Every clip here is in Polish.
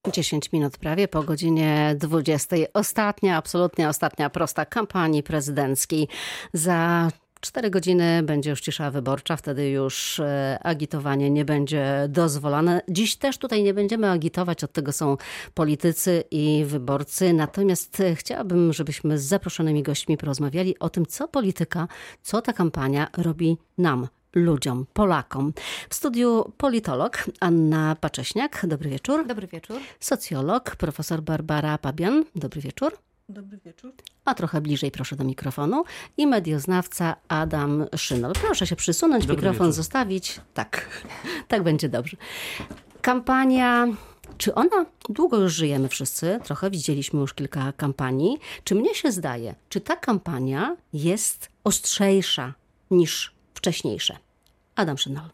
10 minut prawie po godzinie 20. Absolutnie ostatnia prosta kampanii prezydenckiej. Za 4 godziny będzie już cisza wyborcza, wtedy już agitowanie nie będzie dozwolone. Dziś też tutaj nie będziemy agitować, od tego są politycy i wyborcy. Natomiast chciałabym, żebyśmy z zaproszonymi gośćmi porozmawiali o tym, co polityka, co ta kampania robi nam, ludziom, Polakom. W studiu politolog Anna Pacześniak. Dobry wieczór. Dobry wieczór. Socjolog profesor Barbara Pabian. Dobry wieczór. Dobry wieczór. A trochę bliżej proszę do mikrofonu. I medioznawca Adam Szynol. Proszę się przysunąć, Dobry mikrofon wieczór. zostawić. Tak będzie dobrze. Kampania... Czy ona, długo już żyjemy wszyscy, trochę widzieliśmy już kilka kampanii. Czy mnie się zdaje, czy ta kampania jest ostrzejsza niż wcześniejsze? Adam Szynol.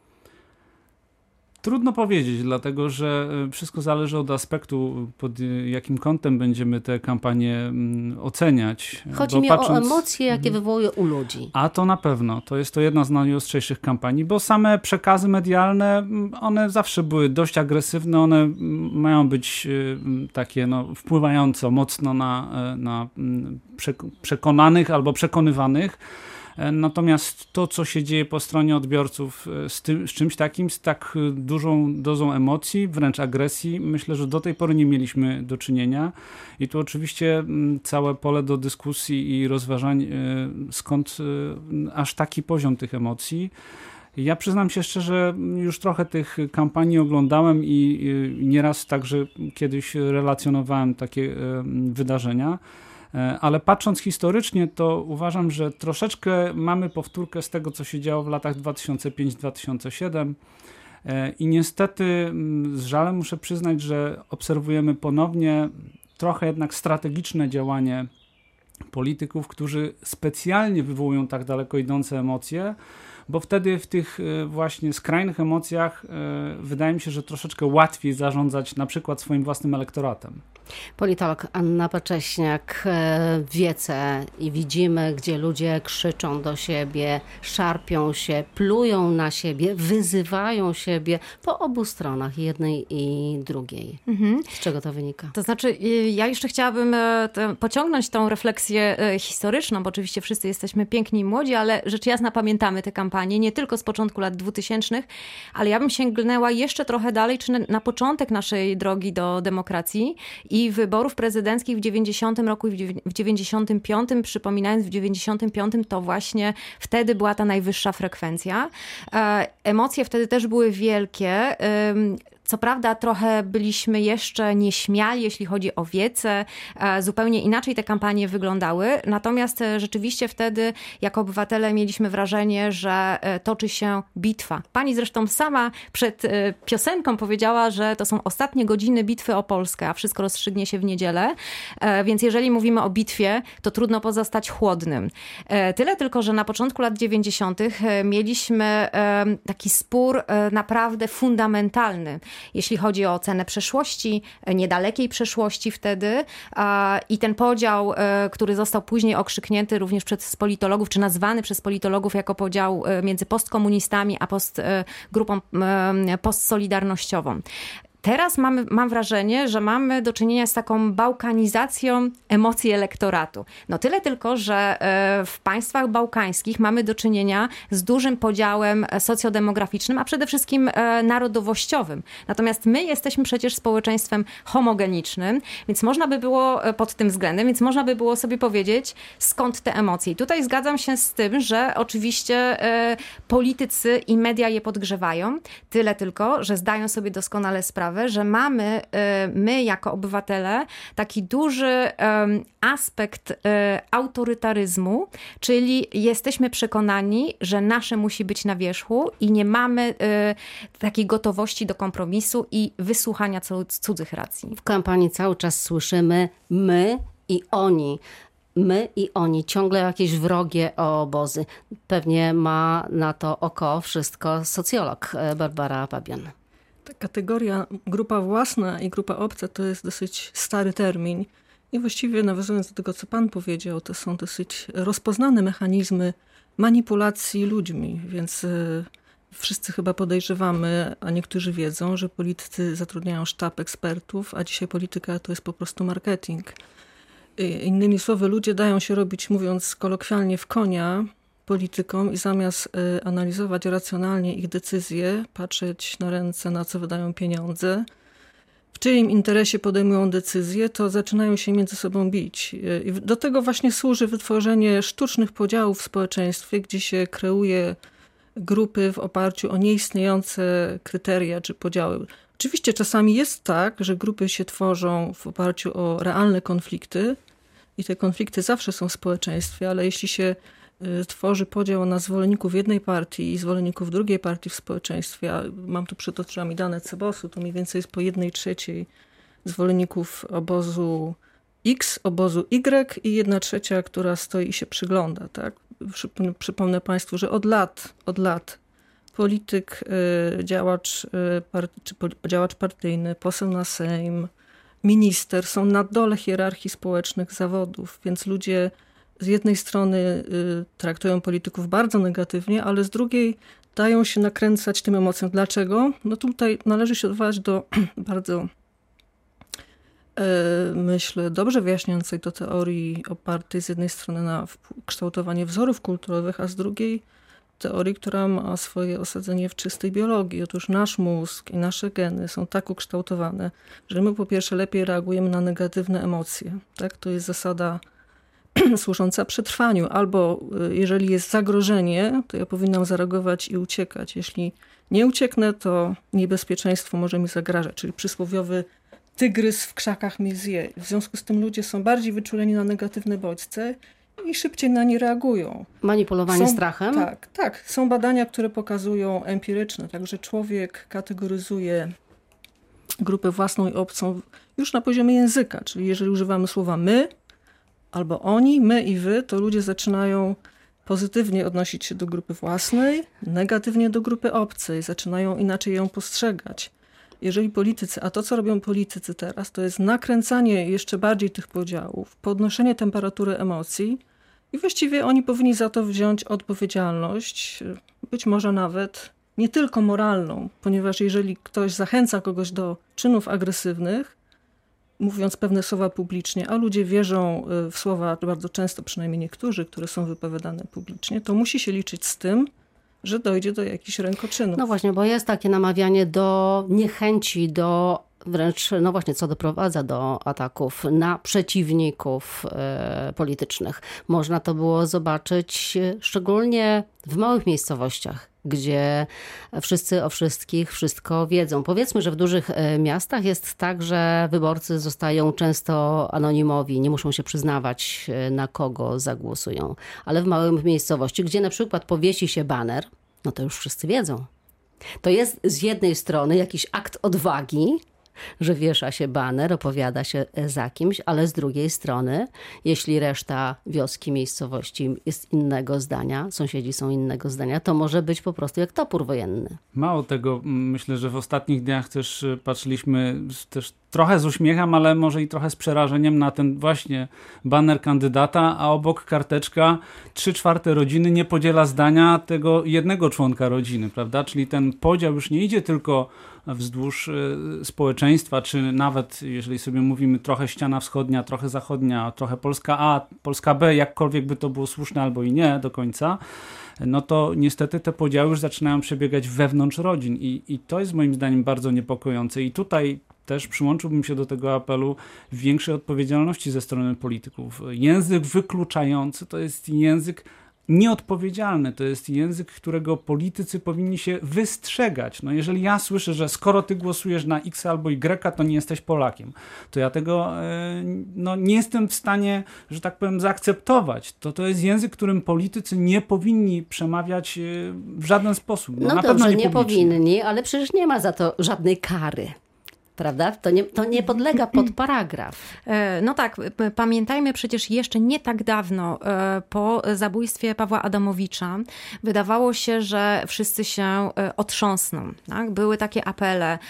Trudno powiedzieć, dlatego że wszystko zależy od aspektu, pod jakim kątem będziemy tę kampanię oceniać. Chodzi mi o emocje, jakie wywołuje u ludzi. A to na pewno. To jest to jedna z najostrzejszych kampanii, bo same przekazy medialne, one zawsze były dość agresywne. One mają być takie wpływająco mocno na przekonanych albo przekonywanych. Natomiast to, co się dzieje po stronie odbiorców z czymś takim, z tak dużą dozą emocji, wręcz agresji, myślę, że do tej pory nie mieliśmy do czynienia. I tu oczywiście całe pole do dyskusji i rozważań, skąd aż taki poziom tych emocji. Ja przyznam się szczerze, że już trochę tych kampanii oglądałem i nieraz także kiedyś relacjonowałem takie wydarzenia. Ale patrząc historycznie, to uważam, że troszeczkę mamy powtórkę z tego, co się działo w latach 2005-2007 i niestety z żalem muszę przyznać, że obserwujemy ponownie trochę jednak strategiczne działanie polityków, którzy specjalnie wywołują tak daleko idące emocje, bo wtedy w tych właśnie skrajnych emocjach wydaje mi się, że troszeczkę łatwiej zarządzać na przykład swoim własnym elektoratem. Politolog Anna Pacześniak, wiece i widzimy, gdzie ludzie krzyczą do siebie, szarpią się, plują na siebie, wyzywają siebie po obu stronach, jednej i drugiej. Z czego to wynika? To znaczy, ja jeszcze chciałabym pociągnąć tą refleksję historyczną, bo oczywiście wszyscy jesteśmy piękni i młodzi, ale rzecz jasna pamiętamy te kampanie, nie tylko z początku lat 2000, ale ja bym sięgnęła jeszcze trochę dalej, czy na początek naszej drogi do demokracji i wyborów prezydenckich w 90 roku i w 95, przypominając, w 95 to właśnie wtedy była ta najwyższa frekwencja. Emocje wtedy też były wielkie. Co prawda trochę byliśmy jeszcze nieśmiali, jeśli chodzi o wiece. Zupełnie inaczej te kampanie wyglądały. Natomiast rzeczywiście wtedy jako obywatele mieliśmy wrażenie, że toczy się bitwa. Pani zresztą sama przed piosenką powiedziała, że to są ostatnie godziny bitwy o Polskę, a wszystko rozstrzygnie się w niedzielę. Więc jeżeli mówimy o bitwie, to trudno pozostać chłodnym. Tyle tylko, że na początku lat 90. mieliśmy taki spór naprawdę fundamentalny, jeśli chodzi o ocenę przeszłości, niedalekiej przeszłości wtedy i ten podział, który został później okrzyknięty również przez politologów, czy nazwany przez politologów jako podział między postkomunistami a grupą postsolidarnościową. Teraz mam wrażenie, że mamy do czynienia z taką bałkanizacją emocji elektoratu. No tyle tylko, że w państwach bałkańskich mamy do czynienia z dużym podziałem socjodemograficznym, a przede wszystkim narodowościowym. Natomiast my jesteśmy przecież społeczeństwem homogenicznym, więc można by było pod tym względem, więc można by było sobie powiedzieć, skąd te emocje. I tutaj zgadzam się z tym, że oczywiście politycy i media je podgrzewają. Tyle tylko, że zdają sobie doskonale sprawę, że mamy my jako obywatele taki duży aspekt autorytaryzmu, czyli jesteśmy przekonani, że nasze musi być na wierzchu i nie mamy takiej gotowości do kompromisu i wysłuchania cudzych racji. W kampanii cały czas słyszymy my i oni. My i oni, ciągle jakieś wrogie obozy. Pewnie ma na to oko wszystko socjolog Barbara Pabian. Ta kategoria grupa własna i grupa obca to jest dosyć stary termin i właściwie nawiązując do tego, co pan powiedział, to są dosyć rozpoznane mechanizmy manipulacji ludźmi, więc Wszyscy chyba podejrzewamy, a niektórzy wiedzą, że politycy zatrudniają sztab ekspertów, a dzisiaj polityka to jest po prostu marketing. Innymi słowy, ludzie dają się robić, mówiąc kolokwialnie, w konia politykom i zamiast analizować racjonalnie ich decyzje, patrzeć na ręce, na co wydają pieniądze, w czyim interesie podejmują decyzje, to zaczynają się między sobą bić. I do tego właśnie służy wytworzenie sztucznych podziałów w społeczeństwie, gdzie się kreuje grupy w oparciu o nieistniejące kryteria czy podziały. Oczywiście czasami jest tak, że grupy się tworzą w oparciu o realne konflikty i te konflikty zawsze są w społeczeństwie, ale jeśli się tworzy podział na zwolenników jednej partii i zwolenników drugiej partii w społeczeństwie, a mam tu przed oczami dane CBOS-u, to mniej więcej jest po 1/3 zwolenników obozu X, obozu Y i 1/3, która stoi i się przygląda. Tak? Przypomnę Państwu, że od lat polityk, działacz partyjny, poseł na Sejm, minister są na dole hierarchii społecznych zawodów, więc ludzie z jednej strony traktują polityków bardzo negatywnie, ale z drugiej dają się nakręcać tym emocjom. Dlaczego? No tutaj należy się odwołać do bardzo, myślę, dobrze wyjaśniającej to teorii opartej z jednej strony na kształtowaniu wzorów kulturowych, a z drugiej teorii, która ma swoje osadzenie w czystej biologii. Otóż nasz mózg i nasze geny są tak ukształtowane, że my po pierwsze lepiej reagujemy na negatywne emocje. Tak? To jest zasada służąca przetrwaniu. Albo jeżeli jest zagrożenie, to ja powinnam zareagować i uciekać. Jeśli nie ucieknę, to niebezpieczeństwo może mi zagrażać. Czyli przysłowiowy tygrys w krzakach mnie zje. W związku z tym ludzie są bardziej wyczuleni na negatywne bodźce i szybciej na nie reagują. Manipulowanie strachem? Tak. Są badania, które pokazują empiryczne. Także człowiek kategoryzuje grupę własną i obcą już na poziomie języka. Czyli jeżeli używamy słowa my, albo oni, my i wy, to ludzie zaczynają pozytywnie odnosić się do grupy własnej, negatywnie do grupy obcej, zaczynają inaczej ją postrzegać. Jeżeli politycy, a to co robią politycy teraz, to jest nakręcanie jeszcze bardziej tych podziałów, podnoszenie temperatury emocji i właściwie oni powinni za to wziąć odpowiedzialność, być może nawet nie tylko moralną, ponieważ jeżeli ktoś zachęca kogoś do czynów agresywnych, mówiąc pewne słowa publicznie, a ludzie wierzą w słowa bardzo często, przynajmniej niektórzy, które są wypowiadane publicznie, to musi się liczyć z tym, że dojdzie do jakichś rękoczynów. No właśnie, bo jest takie namawianie do niechęci, do wręcz, no właśnie, co doprowadza do ataków na przeciwników politycznych. Można to było zobaczyć szczególnie w małych miejscowościach, gdzie wszyscy o wszystkich wszystko wiedzą. Powiedzmy, że w dużych miastach jest tak, że wyborcy zostają często anonimowi, nie muszą się przyznawać, na kogo zagłosują. Ale w małej miejscowości, gdzie na przykład powiesi się baner, no to już wszyscy wiedzą. To jest z jednej strony jakiś akt odwagi, że wiesza się baner, opowiada się za kimś, ale z drugiej strony, jeśli reszta wioski, miejscowości jest innego zdania, sąsiedzi są innego zdania, to może być po prostu jak topór wojenny. Mało tego, myślę, że w ostatnich dniach też patrzyliśmy też trochę z uśmiechem, ale może i trochę z przerażeniem na ten właśnie baner kandydata, a obok karteczka 3/4 rodziny nie podziela zdania tego jednego członka rodziny, prawda? Czyli ten podział już nie idzie tylko wzdłuż społeczeństwa, czy nawet, jeżeli sobie mówimy, trochę ściana wschodnia, trochę zachodnia, trochę Polska A, Polska B, jakkolwiek by to było słuszne albo i nie do końca, no to niestety te podziały już zaczynają przebiegać wewnątrz rodzin i to jest moim zdaniem bardzo niepokojące i tutaj też przyłączyłbym się do tego apelu większej odpowiedzialności ze strony polityków. Język wykluczający to jest język nieodpowiedzialny. To jest język, którego politycy powinni się wystrzegać. No jeżeli ja słyszę, że skoro ty głosujesz na X albo Y, to nie jesteś Polakiem, to ja tego nie jestem w stanie, że tak powiem, zaakceptować. To jest język, którym politycy nie powinni przemawiać w żaden sposób. No na dobrze, pewno nie powinni, ale przecież nie ma za to żadnej kary. prawda? To nie podlega pod paragraf. No tak, pamiętajmy przecież jeszcze nie tak dawno po zabójstwie Pawła Adamowicza wydawało się, że wszyscy się otrząsną. Tak? Były takie apele,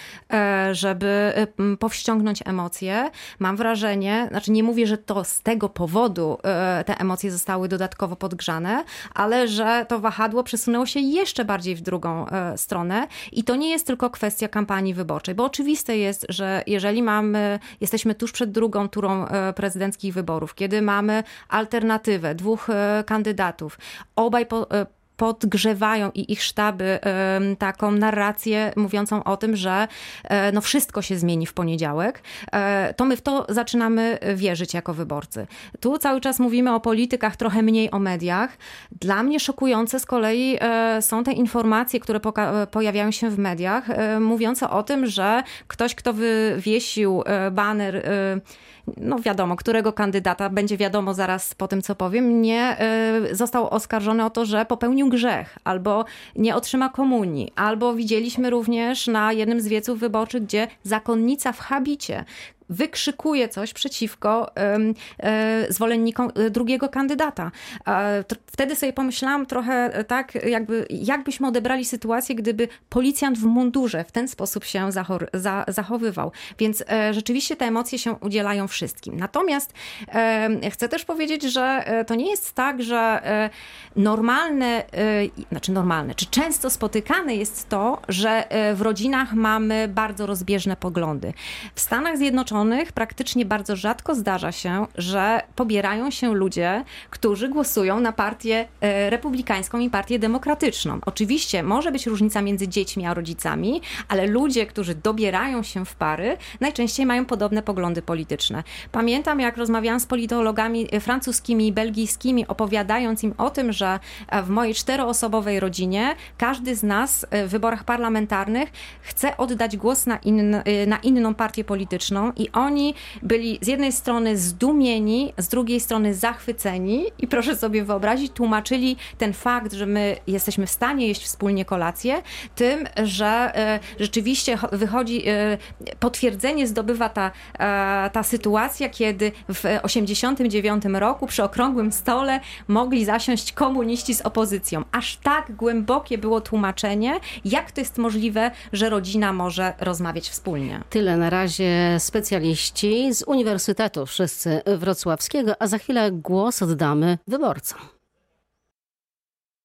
żeby powściągnąć emocje. Mam wrażenie, znaczy nie mówię, że to z tego powodu te emocje zostały dodatkowo podgrzane, ale że to wahadło przesunęło się jeszcze bardziej w drugą stronę i to nie jest tylko kwestia kampanii wyborczej, bo oczywiste jest, że jeżeli jesteśmy tuż przed drugą turą prezydenckich wyborów, kiedy mamy alternatywę, dwóch kandydatów, obaj podgrzewają i ich sztaby taką narrację mówiącą o tym, że no wszystko się zmieni w poniedziałek, to my w to zaczynamy wierzyć jako wyborcy. Tu cały czas mówimy o politykach, trochę mniej o mediach. Dla mnie szokujące z kolei są te informacje, które pojawiają się w mediach, mówiące o tym, że ktoś, kto wywiesił baner, no wiadomo, którego kandydata, będzie wiadomo zaraz po tym, co powiem, nie został oskarżony o to, że popełnił grzech, albo nie otrzyma komunii, albo widzieliśmy również na jednym z wieców wyborczych, gdzie zakonnica w habicie wykrzykuje coś przeciwko zwolennikom drugiego kandydata. Wtedy sobie pomyślałam trochę tak, jakbyśmy odebrali sytuację, gdyby policjant w mundurze w ten sposób się zachowywał. Więc rzeczywiście te emocje się udzielają wszystkim. Natomiast chcę też powiedzieć, że to nie jest tak, że normalne, czy często spotykane jest to, że w rodzinach mamy bardzo rozbieżne poglądy. W Stanach Zjednoczonych praktycznie bardzo rzadko zdarza się, że pobierają się ludzie, którzy głosują na partię republikańską i partię demokratyczną. Oczywiście może być różnica między dziećmi a rodzicami, ale ludzie, którzy dobierają się w pary, najczęściej mają podobne poglądy polityczne. Pamiętam, jak rozmawiałam z politologami francuskimi i belgijskimi, opowiadając im o tym, że w mojej 4-osobowej rodzinie każdy z nas w wyborach parlamentarnych chce oddać głos na inną partię polityczną i oni byli z jednej strony zdumieni, z drugiej strony zachwyceni i proszę sobie wyobrazić, tłumaczyli ten fakt, że my jesteśmy w stanie jeść wspólnie kolację, tym, że rzeczywiście wychodzi, potwierdzenie zdobywa ta sytuacja, kiedy w 1989 roku przy okrągłym stole mogli zasiąść komuniści z opozycją. Aż tak głębokie było tłumaczenie, jak to jest możliwe, że rodzina może rozmawiać wspólnie. Tyle na razie specjaliści z Uniwersytetu wszyscy Wrocławskiego, a za chwilę głos oddamy wyborcom.